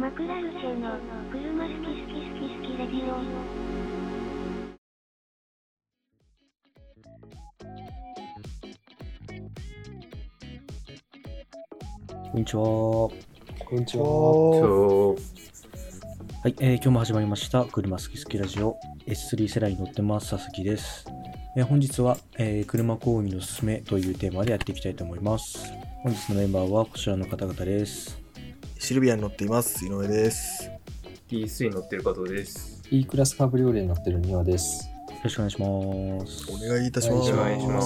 マクラルチェの車好きレディオ。 こんにちは。 こんにちは。 はい、今日も始まりました車好きラジオ S3 世代に乗ってます佐々木です。本日は、車購入のすすめというテーマでやっていきたいと思います。本日のメンバーはこちらの方々です。 シルビアに乗っています井上です。 P3 に乗ってる加藤です。 E クラスカブリオレに乗ってる庭です。 よろしくお願いします。 お願いいたします。 お願いします。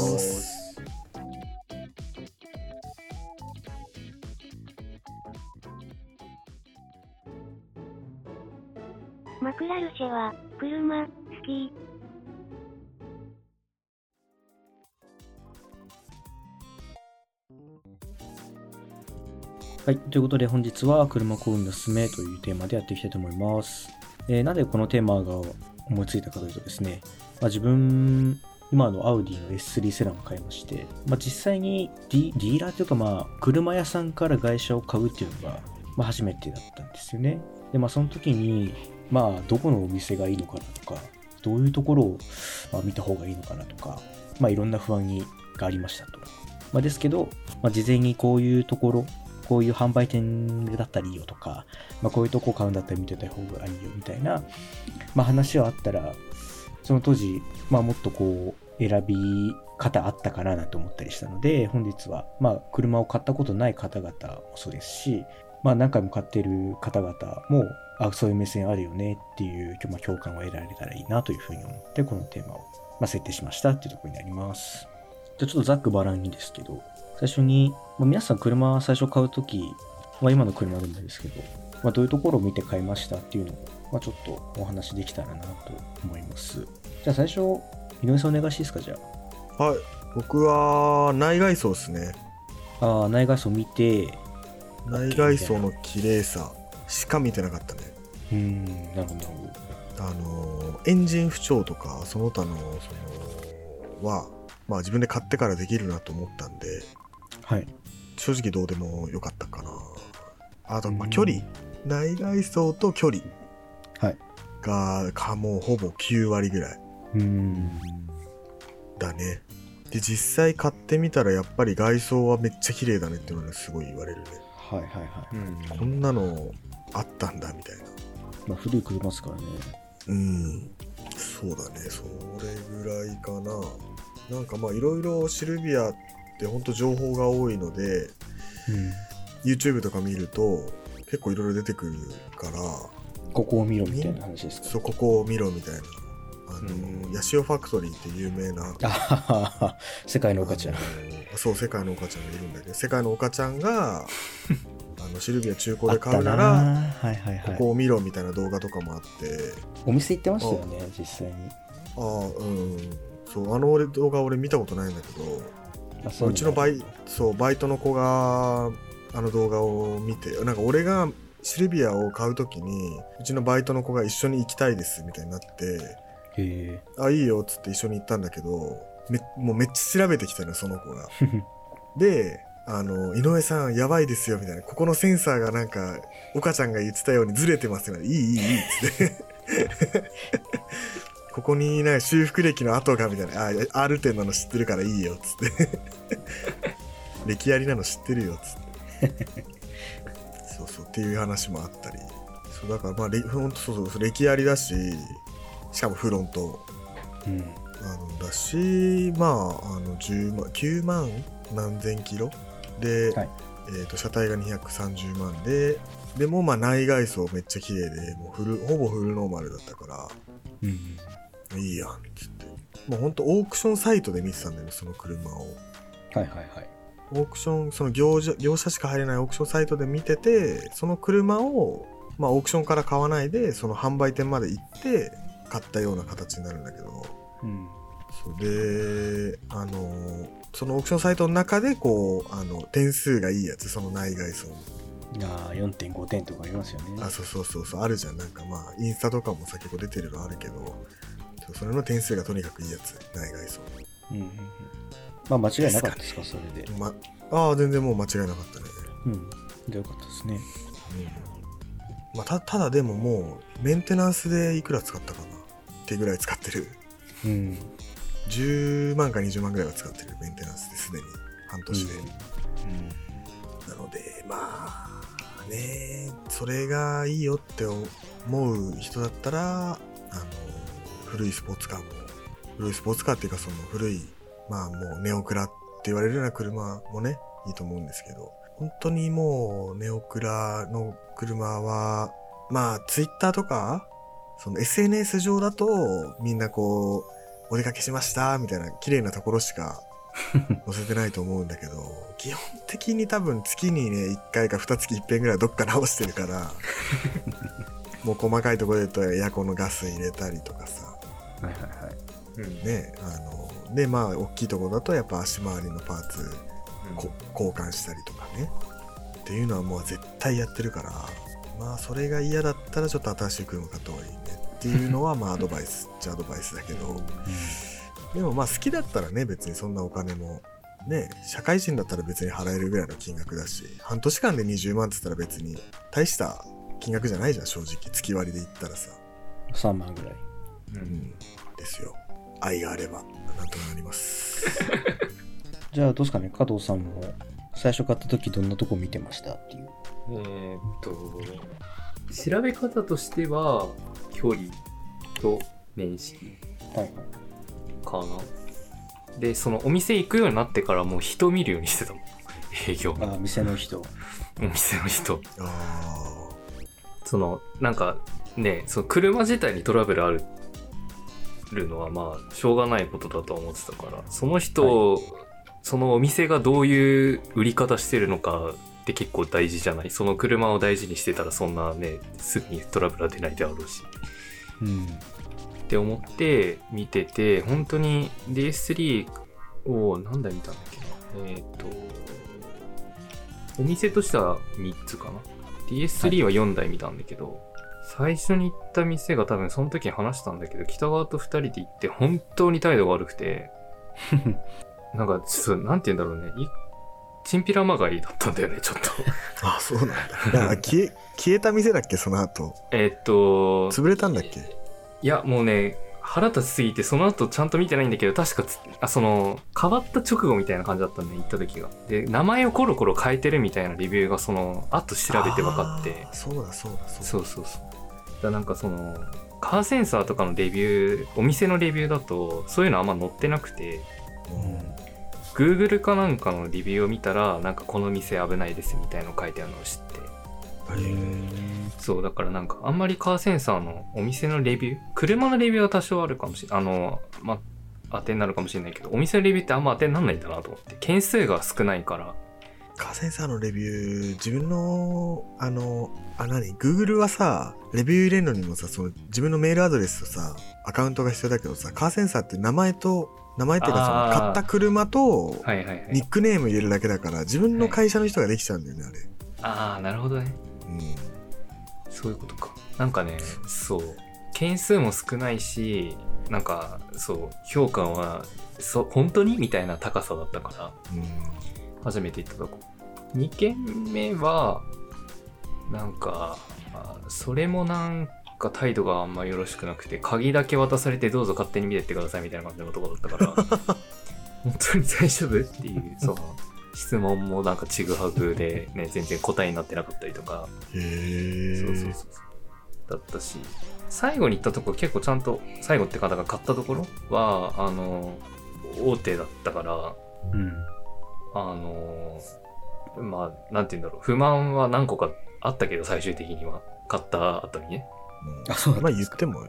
マクラルチェは車好き。 はい、ということで本日は車購入のすすめというテーマでやっていきたいと思います。なんでこのテーマが思いついたかというとですね、自分今のアウディの S3 セダンを買いまして、実際にディーラーというか車屋さんから外車を買うっていうのが、初めてだったんですよね。でその時にどこのお店がいいのかなとか、どういうところを見た方がいいのかなとか、いろんな不安がありましたと。ですけど、事前にこういうところ、こういう販売店だったらいいよとか、こういうとこ買うんだったら見てた方がいいよみたいな、話はあったら、その当時、もっと選び方あったかなと思ったりしたので、本日は車を買ったことない方々もそうですし、何回も買ってる方々もそういう目線あるよねっていう共感を得られたらいいなというふうに思ってこのテーマを設定しましたっていうところになります。じゃあちょっとざっくばらんにですけど、最初に、皆さん車最初買うとき、今の車でもいいですけど、どういうところを見て買いましたっていうのを、ちょっとお話できたらなと思います。じゃあ最初、井上さんお願いしていいですか、じゃあ。 はい、僕は内外装ですね。 内外装見て、 内外装の綺麗さしか見てなかったね。 なるほど。 エンジン不調とかその他のは自分で買ってからできるなと思ったんで、 はい、 正直どうでもよかったかな。あと距離、内外装と距離がもうほぼ9割ぐらいだね。で実際買ってみたらやっぱり外装はめっちゃ綺麗だねっていうのがすごい言われるね。 はいはいはい、 こんなのあったんだみたいな。 古い車ですからね。 そうだね、それぐらいかな。なんかいろいろシルビアってほんと情報が多いので、YouTube とか見ると結構いろいろ出てくるから、 ここを見ろみたいな話ですか。 そう、ここを見ろみたいな。ヤシオファクトリーって有名な世界のおかちゃん、 そう、世界のおかちゃんがいるんだけど、世界のおかちゃんがシルビア中古で買うならここを見ろみたいな動画とかもあって、 お店行ってましたよね実際に。 そう、動画俺見たことないんだけど、うちのバイトの子が動画を見て、なんか俺がシルビアを買うときにうちのバイトの子が一緒に行きたいですみたいになって、いいよっつって一緒に行ったんだけど、もうめっちゃ調べてきたのその子がで井上さんやばいですよみたいな、ここのセンサーがなんか岡ちゃんが言ってたようにずれてますよね、いいっつってここに修復歴の跡がみたいな、R 点なの知ってるからいいよっつって歴ありなの知ってるよっつってそうっていう話もあったり、そうだからほんとそう歴ありだし、しかもフロント、だし10万9万何千キロで、車体が230万でも内外装めっちゃ綺麗で、もうほぼフルノーマルだったから、いいやんっつって、もうほんとオークションサイトで見てたんだよね、その車を。オークション、その業者しか入れないオークションサイトで見てて、その車をオークションから買わないでその販売店まで行って買ったような形になるんだけど、でそのオークションサイトの中で点数がいいやつ、その内外装の 4.5 点とかありますよね。 そうあるじゃん。なんかインスタとかも結構出てるのあるけど、それの点数がとにかくいいやつ、内外装。 間違いなかったですか、それで。 全然もう間違いなかったね。 じゃあよかったですね。 まあ、ただでももうメンテナンスでいくら使ったかなってぐらい使ってる。 うん 10万か20万ぐらいは使ってる、メンテナンスですでに半年で、なのでまあね、それがいいよって思う人だったら古いスポーツカーっていうか、その古いまあもうネオクラって言われるような車もねいいと思うんですけど、本当にもうネオクラの車はまあツイッターとかその SNS 上だとみんなこうお出かけしましたみたいな綺麗なところしか載せてないと思うんだけど基本的に多分月にね1回か2月1遍ぐらいどっか直してるからもう細かいところで言うとエアコンのガス入れたりとかさ、 はいはいはい。 ね、でまあ大きいところだとやっぱ足回りのパーツ、交換したりとかねっていうのはもう絶対やってるから、まあそれが嫌だったらちょっと新しい車買った方がいいねっていうのはまあアドバイスっちゃアドバイスだけど、でもまあ好きだったらね別にそんなお金もね、社会人だったら別に払えるぐらいの金額だし、半年間で20万って言ったら別に大した金額じゃないじゃん、正直月割りで言ったらさ 3万ぐらい。 ですよ。愛があればなんとかなりますじゃあどうですかね、加藤さんも最初買った時どんなとこ見てましたっていう。 調べ方としては距離と面識かな。でそのお店行くようになってからもう人見るようにしてたもん、営業。 あ、店の人。 お店の人。 あそのなんかね、その車自体にトラブルあるのはまあしょうがないことだと思ってたから、その人、はい、そのお店がどういう売り方してるのかって結構大事じゃない。その車を大事にしてたらそんなねすぐにトラブルは出ないであろうし、って思って見てて、本当に DS3 を何台見たんだっけな、お店としては3つかな。 DS3 は4台見たんだけど、最初に行った店が多分その時に話したんだけど、北川と2人で行って本当に態度が悪くてなんかちょっとなんて言うんだろうね、チンピラまがいだったんだよねちょっとあ、そうなんだ。消えた店だっけその後。潰れたんだっけ。 いやもうね腹立ちすぎてその後ちゃんと見てないんだけど、確かその変わった直後みたいな感じだったんで、行った時が。で名前をコロコロ変えてるみたいなレビューがその後調べて分かって、 そうだだなんかそのカーセンサーとかのレビュー、お店のレビューだとそういうのあんま載ってなくて、Google かなんかのレビューを見たらなんかこの店危ないですみたいなの書いてあるのを知って、そうだからなんかあんまりカーセンサーのお店のレビュー、車のレビューは多少あるかもしれない、当てになるかもしれないけど、お店のレビューってあんま当てにならないんだなと思って、件数が少ないから。 カーセンサーのレビュー、自分のGoogle はさ、レビュー入れるのにもさ、その自分のメールアドレスとさアカウントが必要だけどさ、カーセンサーって名前っていうかその買った車とニックネーム入れるだけだから、自分の会社の人ができちゃうんだよね、あれ。 ああ、なるほどね。そういうことか。なんかね、そう件数も少ないし、なんかそう評価は本当にみたいな高さだったから、初めて行ったとこ。2軒目はなんかそれもなんか態度があんまよろしくなくて、鍵だけ渡されてどうぞ勝手に見てってくださいみたいな感じのとこだったから本当に大丈夫っていう、その質問もなんかちぐはぐでね、全然答えになってなかったりとか、そうだったし、最後に行ったところ結構ちゃんと、最後って方が買ったところは大手だったから、まあなんて言うんだろう、不満は何個かあったけど、最終的には買った後にね、 まあ言っても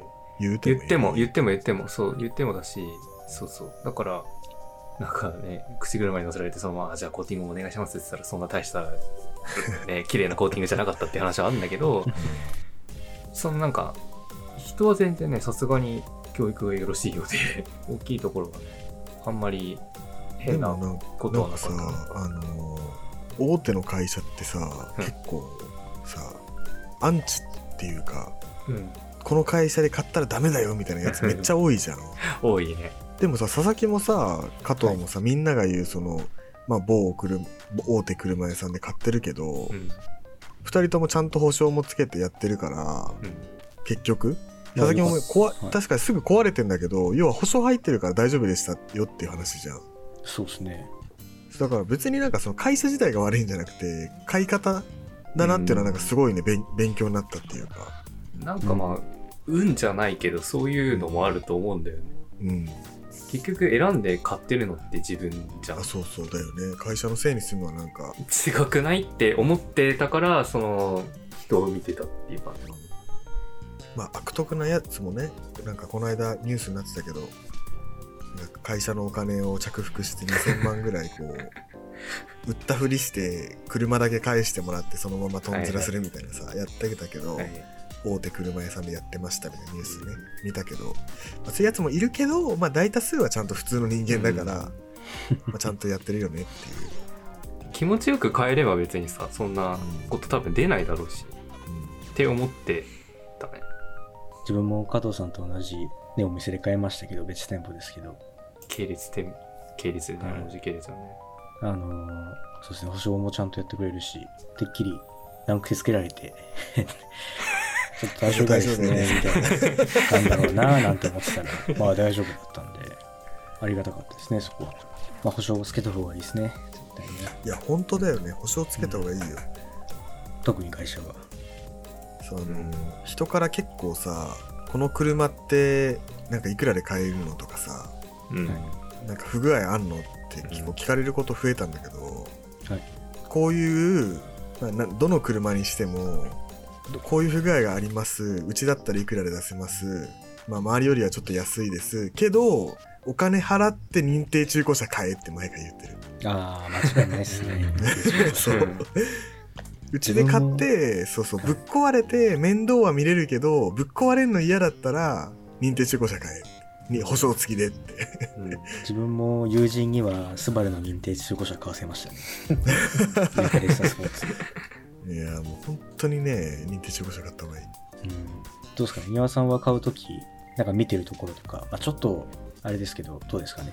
そう言ってもだし、そうだからなんかね、口車に乗せられて、そのままじゃあコーティングもお願いしますって言ったら、そんな大したね綺麗なコーティングじゃなかったっていう話はあるんだけどそのなんか人は全然ね、さすがに教育がよろしいようで大きいところはね、あんまり変なことはなかった。 大手の会社ってさ、結構さアンチっていうか、この会社で買ったらダメだよみたいなやつめっちゃ多いじゃん多いね。 でもさ、佐々木もさ、加藤もさ、みんなが言うその、まあ、大手車屋さんで買ってるけど、 2人ともちゃんと保証もつけてやってるから、結局佐々木も確かにすぐ壊れてんだけど、要は保証入ってるから大丈夫でしたよっていう話じゃん。 そうですね。 だから別になんかその会社自体が悪いんじゃなくて買い方だなっていうのはなんかすごいね、勉強になったっていうか、 なんかまあ、運じゃないけどそういうのもあると思うんだよね。結局選んで買ってるのって自分じゃん。 そうだよね。会社のせいにするのはなんか違くないって思ってたから、その人を見てたっていうか、 まあ悪徳なやつもね、なんかこの間ニュースになってたけど、なんか会社のお金を着服して2000万ぐらいこう売ったふりして車だけ返してもらってそのままトンズラするみたいなさ、やってたけど、大手車屋さんでやってましたみたいなニュースね、見たけど、そういうやつもいるけど、まあ大多数はちゃんと普通の人間だから、まあちゃんとやってるよねっていう。 気持ちよく買えれば別にさ、そんなこと多分出ないだろうし、って思ってたね。 自分も加藤さんと同じ、ね、お店で買いましたけど、別店舗ですけど、 系列でね、同じ系列はね。 そうですね、保証もちゃんとやってくれるし、てっきりランクつけられてちょっと大丈夫ですねみたいな、なんだろうななんて思ってたら、まあ大丈夫だったんで、ありがたかったですね、そこは。まあ保証をつけた方がいいですね、絶対にね。 いや本当だよね、保証つけた方がいいよ、 特に会社は。 人から結構さ、この車ってなんかいくらで買えるのとかさ、なんか不具合あんのって結構聞かれること増えたんだけど、こういう、どの車にしてもこういう不具合があります、うちだったらいくらで出せます、まあ周りよりはちょっと安いですけどお金払って認定中古車買えって前から言ってる。 ああ、間違いないですねそううちで買って、ぶっ壊れて面倒は見れるけど、ぶっ壊れるの嫌だったら認定中古車買えに保証付きでって自分も友人にはスバルの認定中古車買わせましたねいやもう本当にね、認定中古車買った方がいい。 どうですかね、庭さんは買うときなんか見てるところとか、ちょっとあれですけどどうですかね。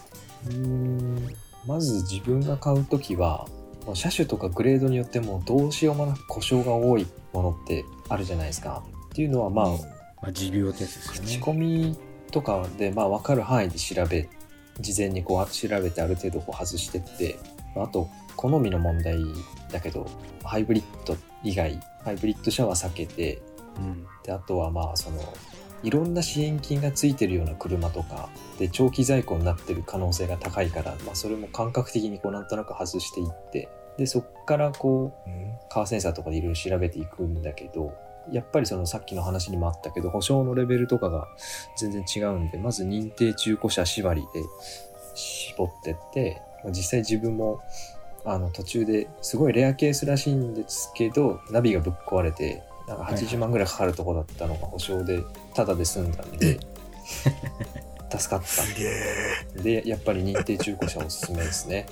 まず自分が買うときは車種とかグレードによってもどうしようもなく故障が多いものってあるじゃないですか。っていうのは持病ってやつですよね。 口コミとかで分かる範囲で事前に調べてある程度外してって、あと好みの問題だけどハイブリッド以外、ハイブリッド車は避けて、であとはいろんな支援金がついてるような車とかで長期在庫になってる可能性が高いから、それも感覚的になんとなく外していって、でそっからカーセンサーとかでいろいろ調べていくんだけど、やっぱりさっきの話にもあったけど保証のレベルとかが全然違うんで、まず認定中古車縛りで絞ってって、実際自分も途中ですごいレアケースらしいんですけど、ナビがぶっ壊れてなんか80万ぐらいかかるとこだったのが保証でタダで済んだんで助かったんで、やっぱり認定中古車おすすめですね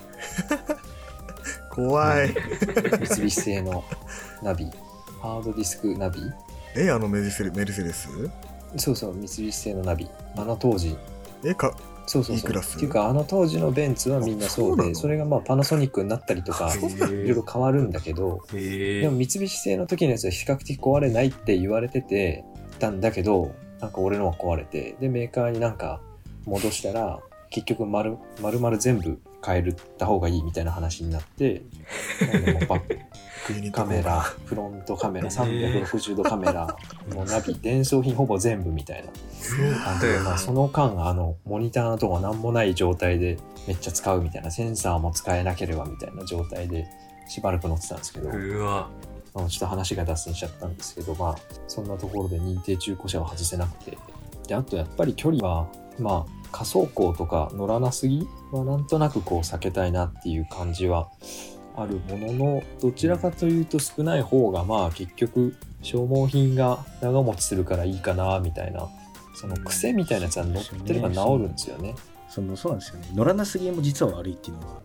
怖い三菱製のナビ、ハードディスクナビ、 メルセデス、 そう三菱製のナビ、当時そういいクラスっていうか当時のベンツはみんなそうで、それがパナソニックになったりとかいろいろ変わるんだけど、でも三菱製の時のやつは比較的壊れないって言われてたんだけど、なんか俺のは壊れて、でメーカーになんか戻したら結局丸々全部変えた方がいいみたいな話になって、バックカメラ、フロントカメラ、360度カメラ、もうナビ、伝送品ほぼ全部みたいな感じで、その間モニターのとこが何もない状態でめっちゃ使うみたいな、センサーも使えなければみたいな状態でしばらく乗ってたんですけど、ちょっと話が脱線しちゃったんですけど、そんなところで認定中古車は外せなくて、であとやっぱり距離は仮走行とか乗らなすぎはなんとなく避けたいなっていう感じはあるものの、どちらかというと少ない方が結局消耗品が長持ちするからいいかなみたいな、その癖みたいなやつは乗ってれば治るんですよね。 そうなんですよね。乗らなすぎも実は悪いっていうのが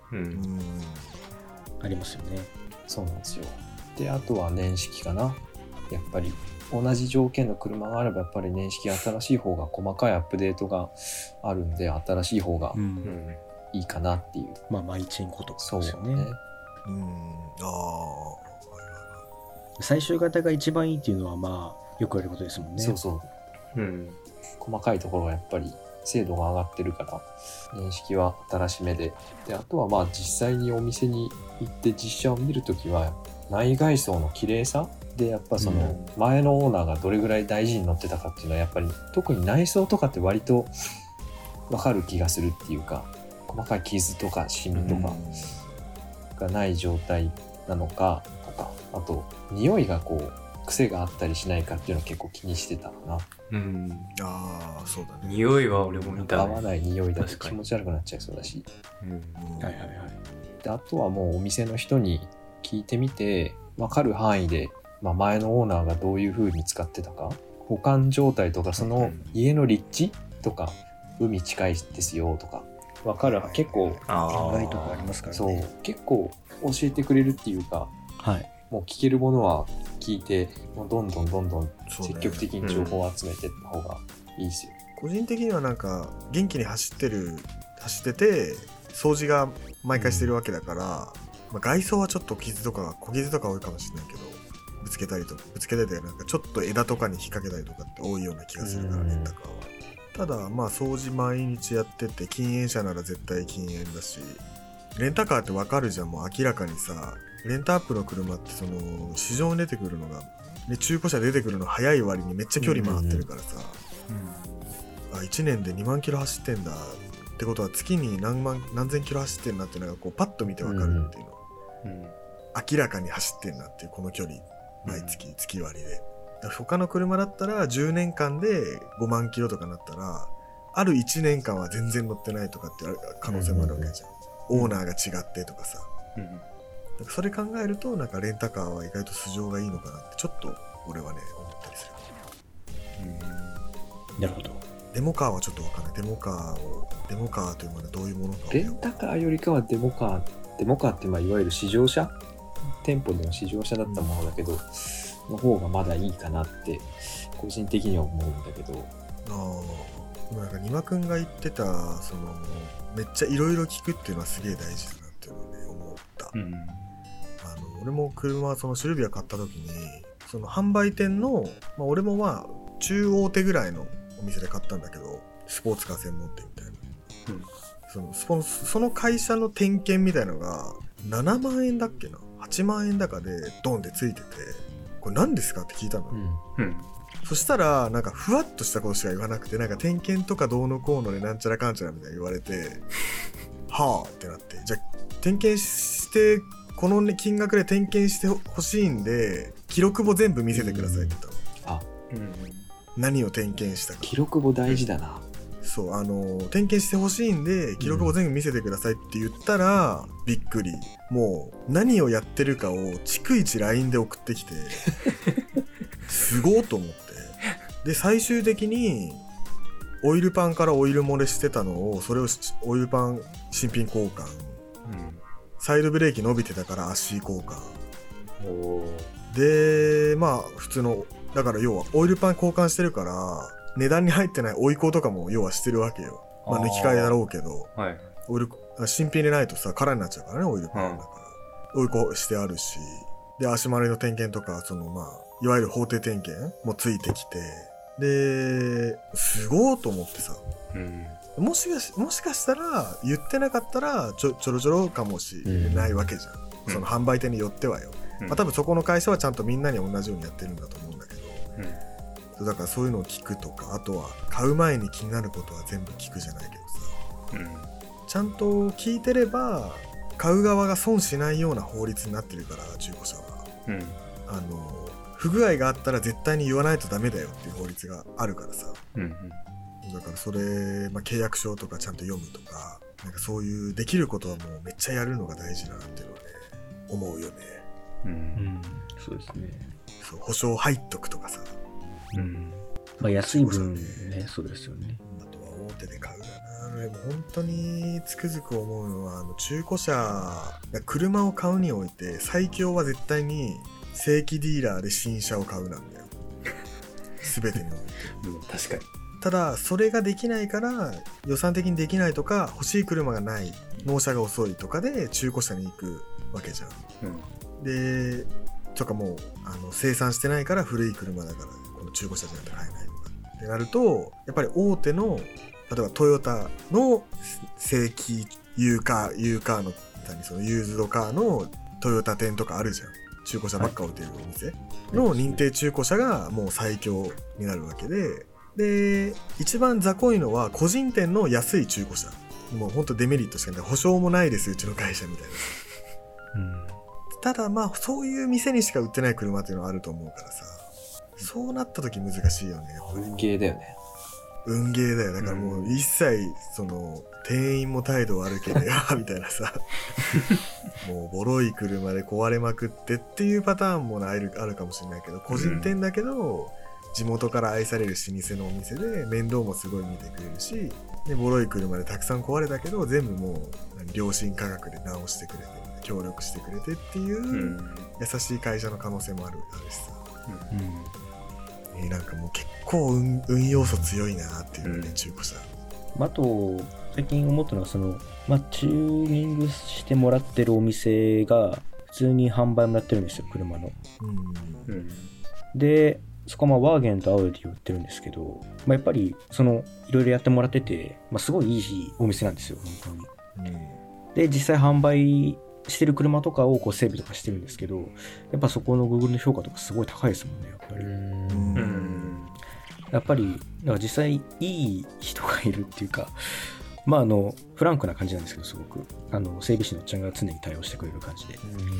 ありますよね。 そうなんですよ。であとは年式かな。やっぱり同じ条件の車があればやっぱり年式新しい方が細かいアップデートがあるんで、新しい方がいいかなっていう。 マイチェンことですよね。 最終型が一番いいっていうのはまあよくあることですもんね。 そうそう、細かいところがやっぱり精度が上がってるから認識は新しめで、あとはまあ実際にお店に行って実写を見るときは内外装の綺麗さでやっぱその前のオーナーがどれぐらい大事に乗ってたかっていうのはやっぱり特に内装とかって割と分かる気がするっていうか、細かい傷とかシミとかがない状態なのかとか、あと匂いがこう癖があったりしないかっていうのを結構気にしてたな。 ああそうだね。 匂いは俺も見た、ね、 合わない匂いだと気持ち悪くなっちゃいそうだし、 はいはいはい。 であとはもうお店の人に聞いてみて分かる範囲で、前のオーナーがどういう風に使ってたか、保管状態とかその家の立地とか、海近いですよとか分かる、結構意外とかありますからね。 そう結構教えてくれるっていうか、 はい、 もう聞けるものは聞いて、もうどんどん積極的に情報を集めていった方がいいですよ。 個人的にはなんか元気に走ってて掃除が毎回してるわけだから、外装はちょっと小傷とか多いかもしれないけど、ぶつけたりでなんかちょっと枝とかに引っ掛けたりとかって多いような気がするから、レンタカーは。ただ掃除毎日やってて、禁煙車なら絶対禁煙だし、レンタカーってわかるじゃん。もう明らかにさ、レンタアップの車ってその市場に出てくるのが、ね、中古車出てくるの早い割にめっちゃ距離回ってるからさ、1年で2万キロ走ってんだってことは月に何千キロ走ってんなっていうのがこうパッと見てわかるっていうの、明らかに走ってんなっていうこの距離、毎月月割りで。他の車だったら10年間で5万キロとかなったら、ある1年間は全然乗ってないとかって可能性もあるわけじゃん。オーナーが違ってとかさ、それ考えるとなんかレンタカーは意外と素性がいいのかなってちょっと俺はね思ったりする。 なるほど。 デモカーはちょっと分かんない。デモカーというものはどういうものか。 レンタカーよりかはデモカーっていわゆる試乗車、店舗での試乗車だったものだけど、の方がまだいいかなって個人的には思うんだけど。 なんか庭くんが言ってたそのめっちゃいろいろ聞くっていうのはすげえ大事だなっていうのをね思った。俺も車そのシルビア買った時にその販売店の、俺も中大手ぐらいのお店で買ったんだけど、スポーツカー専門店みたいな、その会社の点検みたいのが7万円だっけな8万円だかでドンってついてて、これ何ですかって聞いたの、そしたらなんかふわっとしたことしか言わなくて、なんか点検とかどうのこうのでなんちゃらかんちゃらみたいに言われてはあってなって、じゃあ点検してこの、金額で点検してほしいんで記録簿全部見せてくださいって言ったの。何を点検したか。 記録簿大事だな。 そう点検してほしいんで記録簿全部見せてくださいって言ったら、びっくり。もう何をやってるかを逐一 LINE で送ってきてすごーと思って、で最終的にオイルパンからオイル漏れしてたのを、それをオイルパン新品交換、サイドブレーキ伸びてたから足交換で、普通のだから要はオイルパン交換してるから値段に入ってない追い子とかも要はしてるわけよ。抜き替えだろうけど、オイル新品でないとさ空になっちゃうからね、オイルパンだから、追い子してあるし、で足回りの点検とかいわゆる法定点検もついてきて、ですごーと思ってさ、もしかしたら言ってなかったらちょろちょろかもしれないわけじゃん、その販売店によってはよ、多分そこの会社はちゃんとみんなに同じようにやってるんだと思うんだけど、だからそういうのを聞くとか、あとは買う前に気になることは全部聞くじゃないけどさ、ちゃんと聞いてれば買う側が損しないような法律になってるから、中古車は、不具合があったら絶対に言わないとダメだよっていう法律があるからさ、だからそれ、契約書とかちゃんと読むとか、なんかそういうできることはもうめっちゃやるのが大事だなっていうのはね思うよね。 そうですね。 そう、保証入っとくとかさ、 安い分ね、そうですよね。 あとは大手で買うだな。でも本当につくづく思うのは、中古車、車を買うにおいて最強は絶対に正規ディーラーで新車を買うなんだよ。全てにおいて。 確かに。 ただそれができないから、予算的にできないとか、欲しい車がない、納車が遅いとかで中古車に行くわけじゃん。でとかもう生産してないから古い車だからこの中古車じゃなくて買えないとかってなると、やっぱり大手の例えばトヨタの正規ユーカーのそのユーズドカーのトヨタ店とかあるじゃん。中古車ばっか置いてるお店の認定中古車がもう最強になるわけで、で一番雑魚いのは個人店の安い中古車。もうほんとデメリットしかない。保証もないですうちの会社みたいな。ただまあそういう店にしか売ってない車っていうのはあると思うからさ、そうなった時難しいよね。 運ゲーだよね。 運ゲーだよ。だからもう一切その店員も態度悪ければみたいなさもうボロい車で壊れまくってっていうパターンもあるかもしれないけど、個人店だけど地元から愛される老舗のお店で面倒もすごい見てくれるし、でボロい車でたくさん壊れたけど全部もう良心価格で直してくれて協力してくれてっていう優しい会社の可能性もあるしさ、なんかもう結構運要素強いなっていうね、中古車。 あと最近思ったのはチューニングしてもらってるお店が普通に販売もやってるんですよ、車の。でそこはワーゲンとアウディを売ってるんですけど、やっぱりいろいろやってもらってて、すごいいいお店なんですよ本当に。で実際販売してる車とかを整備とかしてるんですけど、やっぱそこの Google の評価とかすごい高いですもんね、やっぱり。やっぱりだから実際いい人がいるっていうか、フランクな感じなんですけど、すごく整備士のおっちゃんが常に対応してくれる感じで、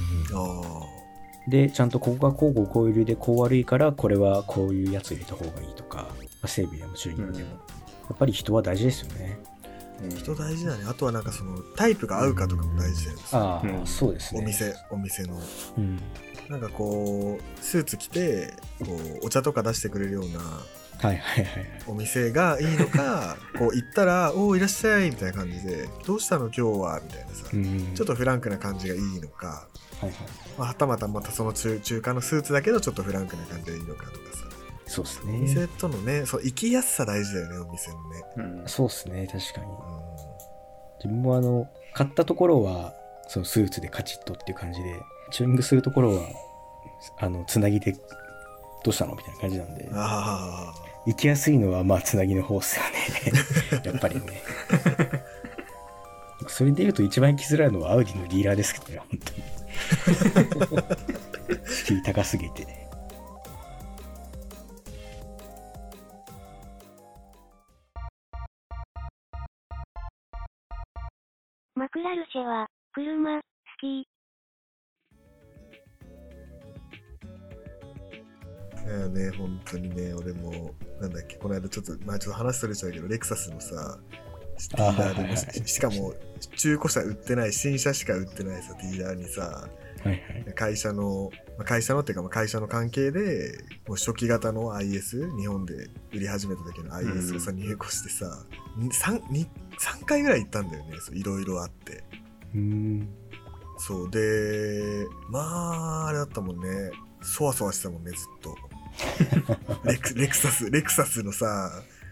でちゃんとここがこういう理由でこう悪いからこれはこういうやつ入れた方がいいとか、整備でもチューニングでも、やっぱり人は大事ですよね。 人大事だね。あとはなんかそのタイプが合うかとかも大事だよね。 そうですね。 お店の、なんかこうスーツ着てこうお茶とか出してくれるようなお店がいいのかこう行ったら「おおいらっしゃい」みたいな感じで「どうしたの今日は」みたいなさ、ちょっとフランクな感じがいいのか、はたまたその中華のスーツだけどちょっとフランクな感じがいいのかとかさ。 そうですね。 お店とのね、行きやすさ大事だよね、お店のね。 そうですね、確かに。自分も買ったところはそのスーツでカチッとっていう感じで、チューニングするところはつなぎでどうしたのみたいな感じなんで、行きやすいのはつなぎの方っすよねやっぱりねそれで言うと一番行きづらいのはアウディのディーラーですけどね、本当に敷居高すぎて。 マクラルシェは車好き。 いやね、本当にね、俺もなんだっけ、この間ちょっと話それちゃうけど、レクサスのさディーラーでも、しかも中古車売ってない新車しか売ってないさディーラーにさ、会社のっていうか会社の関係でもう初期型の IS 日本で売り始めた時の IS をさ入庫してさ、3回ぐらい行ったんだよね。いろいろあって、そうであれだったもんね、そわそわしてたもんねずっとレクサスのさ、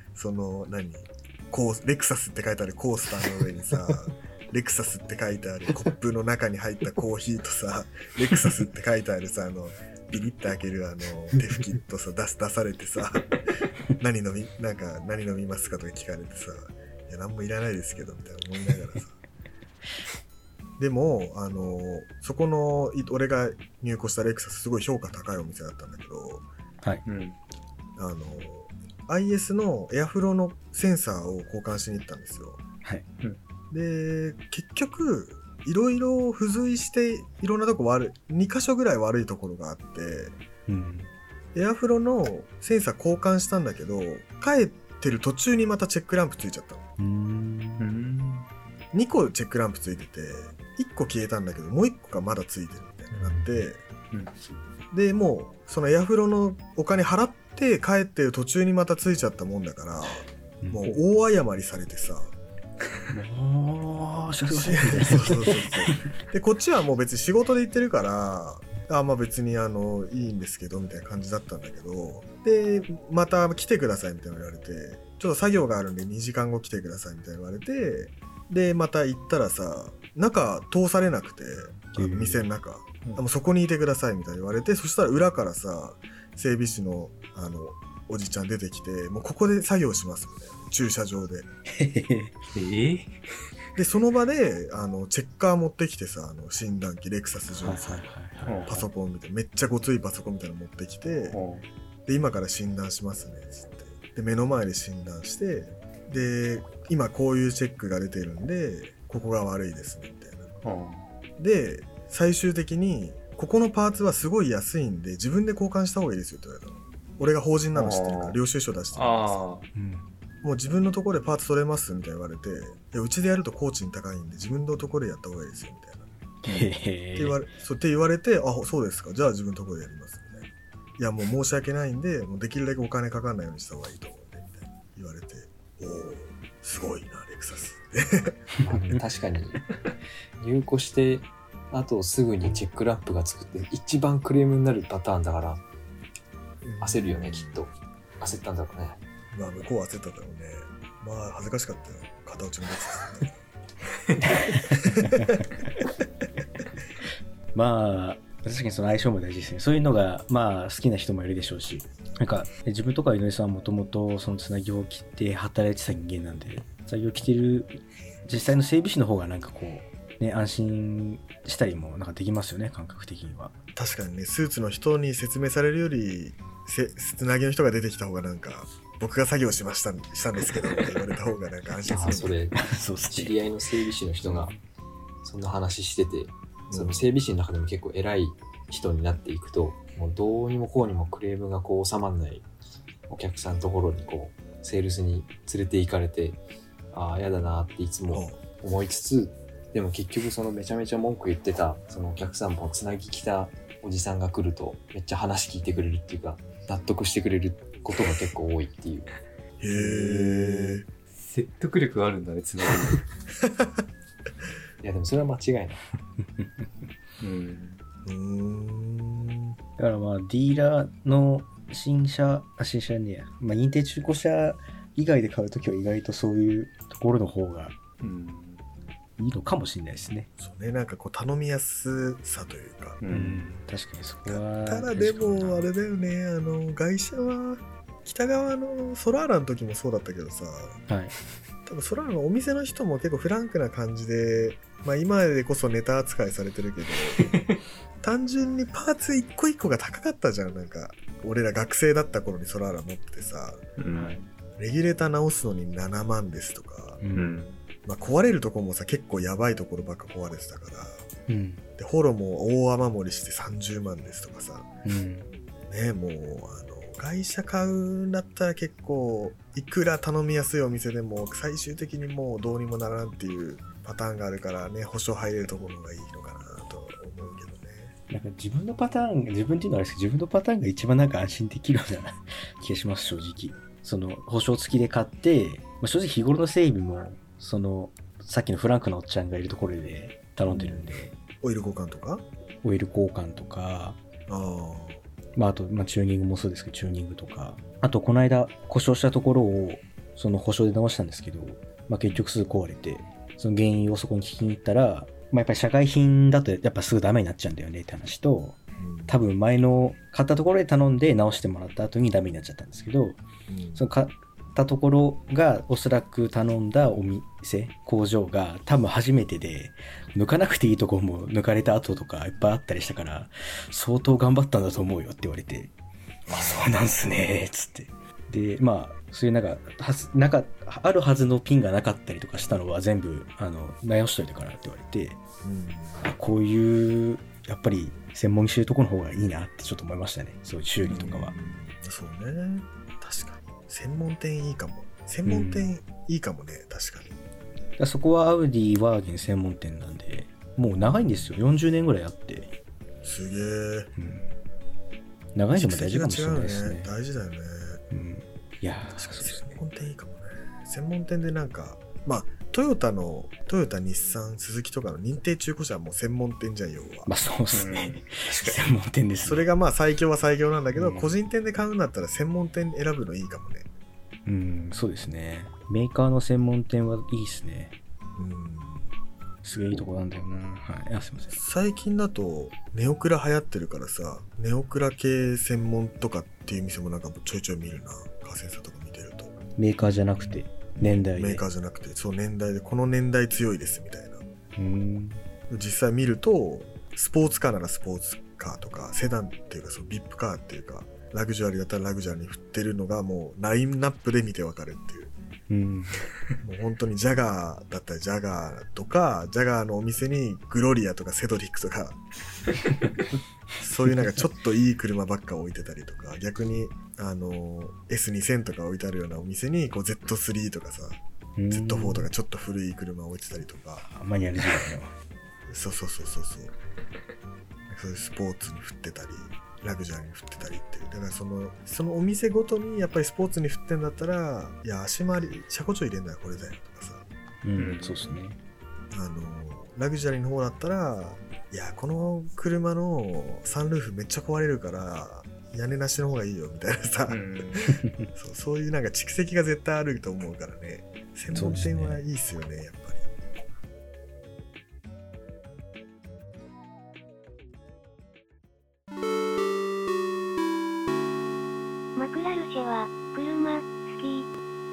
レクサスって書いてあるコースターの上にさレクサスって書いてあるコップの中に入ったコーヒーとさレクサスって書いてあるさビリッて開ける手拭きとさ出されてさ何飲みますかとか聞かれてさ、いや何もいらないですけどみたいな思いながらさでもそこの俺が入庫したレクサスすごい評価高いお店だったんだけど、IS のエアフローのセンサーを交換しに行ったんですよ。で結局いろいろ付随していろんなとこ2箇所ぐらい悪いところがあって、エアフロのセンサー交換したんだけど帰ってる途中にまたチェックランプついちゃったの。2個チェックランプついてて1個消えたんだけどもう1個がまだついてるみたいになって、でもうそのエアフロのお金払って帰ってる途中にまたついちゃったもんだから、もう大謝りされてさでこっちはもう別に仕事で行ってるから別にいいんですけどみたいな感じだったんだけど、でまた来てくださいみたいな言われて、ちょっと作業があるんで2時間後来てくださいみたいな言われて、でまた行ったらさ中通されなくて店の中もうそこにいてくださいみたいに言われて、そしたら裏からさ整備士のおじちゃん出てきて、もうここで作業しますみたいな、駐車場ででその場でチェッカー持ってきてさ、診断機レクサス上にさ、パソコンみたいなめっちゃごついパソコンみたいなの持ってきて、で今から診断しますねつって、で目の前で診断して、で今こういうチェックが出てるんでここが悪いですねみたいな、で最終的にここのパーツはすごい安いんで自分で交換した方がいいですよって言われたの。俺が法人なの知ってるから領収書出してるからさ、もう自分のところでパーツ取れますみたいに言われて、うちでやると工賃高いんで自分のところでやった方がいいですよみたいなって言われて、あそうですかじゃあ自分のところでやりますみたいな、いやもう申し訳ないんでもうできるだけお金かかんないようにした方がいいと思うんでみたいな言われて、おおすごいなレクサス確かに入庫してあとすぐにチェックランプがつくって一番クレームになるパターンだから焦るよね、きっと焦ったんだろうね。 まあ向こうは焦ったんだろうね。まあ恥ずかしかったよ片落ちのやつまあ確かにその相性も大事ですね。そういうのがまあ好きな人もいるでしょうし、なんか自分とか井上さんはもともとそのつなぎを切って働いてた人間なんで、つなぎを着てる実際の整備士の方がなんかこうね、安心したりもなんかできますよね、感覚的には。 確かにね、スーツの人に説明されるよりつなぎの人が出てきた方がなんか僕が作業したんですけどって言われた方がなんか安心する。 それ知り合いの整備士の人がそんな話してて、その整備士の中でも結構偉い人になっていくと、もうどうにもこうにもクレームがこう収まんないお客さんのところにこうセールスに連れて行かれて、ああやだなっていつも思いつつ、でも結局そのめちゃめちゃ文句言ってたそのお客さんもつなぎ来たおじさんが来るとめっちゃ話聞いてくれるっていうか納得してくれることが結構多いっていう。 へえ。 説得力があるんだね、つなぎ。 いやでもそれは間違いない。 だからまあディーラーの新車ねや、まあ、認定中古車以外で買うときは意外とそういうところの方がいいのかもしれないですね。 そうね、なんかこう頼みやすさというか、 確かにそこは。 ただでもあれだよね、外車は北側のソラーラの時もそうだったけどさ、 はい、 多分ソラーラのお店の人も結構フランクな感じで、まあ今でこそネタ扱いされてるけど単純にパーツ一個一個が高かったじゃん。なんか俺ら学生だった頃にソラーラ持っててさ、レギュレーター直すのに7万ですとか、まあ、壊れるとこもさ結構やばいところばっか壊れてたから、でホロも大雨漏りして30万ですとかさ、ね、もう外車買うんだったら結構いくら頼みやすいお店でも最終的にもうどうにもならんっていうパターンがあるからね、保証入れるところがいいのかなと思うけどね。 なんか自分のパターン、自分っていうのはあれですけど、自分のパターンが一番なんか安心できるような気がします、正直。その保証付きで買って、まあ、正直日頃の整備もそのさっきのフランクなおっちゃんがいるところで頼んでるんで、 オイル交換とかオイル交換とか、まあ、あと、まあ、チューニングもそうですけどチューニングとか、あとこの間故障したところをその保証で直したんですけど、まあ、結局すぐ壊れて、その原因をそこに聞きに行ったら、まあ、やっぱり社外品だとやっぱすぐダメになっちゃうんだよねって話と、多分前の買ったところで頼んで直してもらった後にダメになっちゃったんですけど、その買ったところがおそらく頼んだお店、工場が多分初めてで、抜かなくていいところも抜かれた後とかいっぱいあったりしたから、相当頑張ったんだと思うよって言われて、あ、そうなんすねつって。で、まあそういうなんかあるはずのピンがなかったりとかしたのは全部直しといてからって言われて、こういうやっぱり専門にしてるところの方がいいなってちょっと思いましたね。そういう修理とかは。 そうね、確かに専門店いいかも。専門店いいかもね、確かに。 だそこはアウディワーゲン専門店なんで、もう長いんですよ。40年ぐらいあって。 すげえ、 長いのも大事かもしれないですね。 大事だよね。 いや確かに専門店いいかもね。専門店でなんか、まあトヨタ、日産、スズキとかの認定中古車はもう専門店じゃん、要は。 まあそうですね。専門店ですね。 それがまあ最強は最強なんだけど、個人店で買うんだったら専門店選ぶのいいかもね。 そうですね。メーカーの専門店はいいですね。 すげえいいとこなんだよな。はい。あ、すいません。 最近だとネオクラ流行ってるからさ、ネオクラ系専門とかっていう店もなんかちょいちょい見るな。カセンサとか見てると。 メーカーじゃなくて年代で。 メーカーじゃなくて、そう年代で、この年代強いですみたいな。実際見ると、スポーツカーならスポーツカーとか、セダンっていうか、そのビップカーっていうか、ラグジュアリーだったらラグジュアリーに振ってるのがもうラインナップで見てわかるっていう。もう本当にジャガーだったらジャガーとか、ジャガーのお店にグロリアとかセドリックとかそういうなんかちょっといい車ばっか置いてたりとか、逆にS2000 とか置いてあるようなお店にこう Z3 とかさ、Z4 とかちょっと古い車置いてたりとか、 マニュアル時代のそうそういうスポーツに振ってたりラグジュアリーに振ってたりっていう。だからそのお店ごとにやっぱりスポーツに振ってんだったら、いや足回り車庫帳入れんだよこれだよとかさ、 そうですね。 ラグジュアリーの方だったら、いやこの車のサンルーフめっちゃ壊れるから屋根なしの方がいいよみたいなさ、そういうなんか蓄積が絶対あると思うからね。専門店はいいっすよね、やっぱり。 マクラルシェは車好き。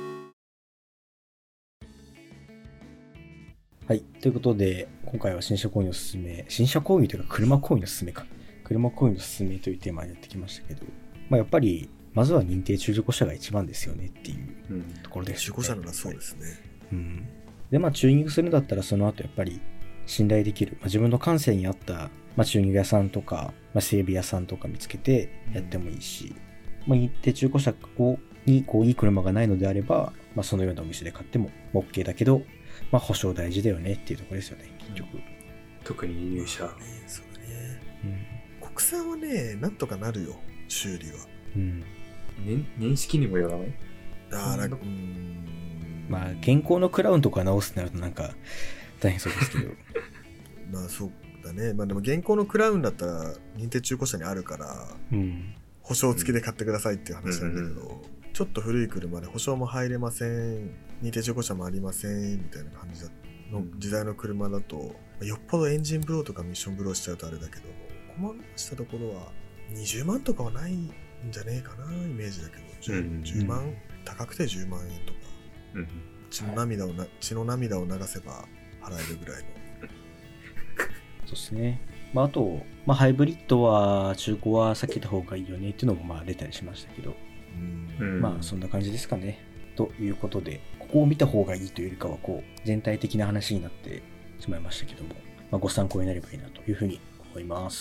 はい。ということで、今回は新車購入のすすめ、新車購入というか車購入のすすめか。車購入のすすめというテーマでやってきましたけど、やっぱり、まずは認定中古車が一番ですよねっていうところですね。中古車ならそうですね。 で、チューニングするんだったら、その後やっぱり信頼できる、自分の感性に合った、チューニング屋さんとか、整備屋さんとか見つけてやってもいいし、認定中古車にいい車がないのであれば、そのようなお店で買っても OK だけど、保証大事だよねっていうところですよね、結局。 特に輸入車。 そうだね。国産はね、なんとかなるよ、修理は。 年式にもよらない？ 健康のクラウンとか直すってなるとなんか大変そうですけど。 そうだね。でも現行のクラウンだったら認定中古車にあるから、保証付きで買ってくださいっていう話なんだけど、ちょっと古い車で保証も入れません、認定中古車もありませんみたいな感じの時代の車だと、よっぽどエンジンブローとかミッションブローしちゃうとあれだけど、細々したところは20万とかはないんじゃねえかな、イメージだけど、10万、高くて10万円とか、血の涙を流せば払えるぐらいの。 そうですね。あと、ハイブリッドは中古は避けた方がいいよねっていうのも出たりしましたけど、そんな感じですかね。ということで、ここを見た方がいいというよりかは全体的な話になってしまいましたけども、ご参考になればいいなというふうに思います。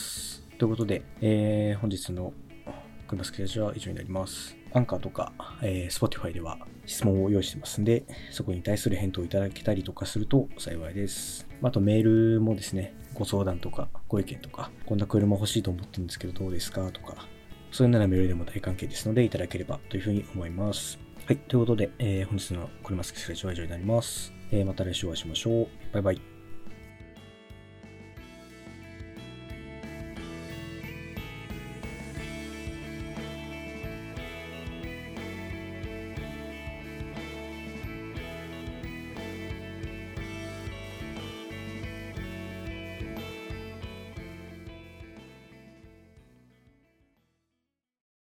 ということで、本日の車好きラジオは以上になります。アンカーとか、Spotify では質問を用意してますんで、そこに対する返答をいただけたりとかすると幸いです。あとメールもですね、ご相談とかご意見とか、こんな車欲しいと思ってるんですけどどうですかとか、そういうならメールでも大関係ですのでいただければというふうに思います。はい、ということで、本日の車好きラジオは以上になります。また来週お会いしましょう。バイバイ。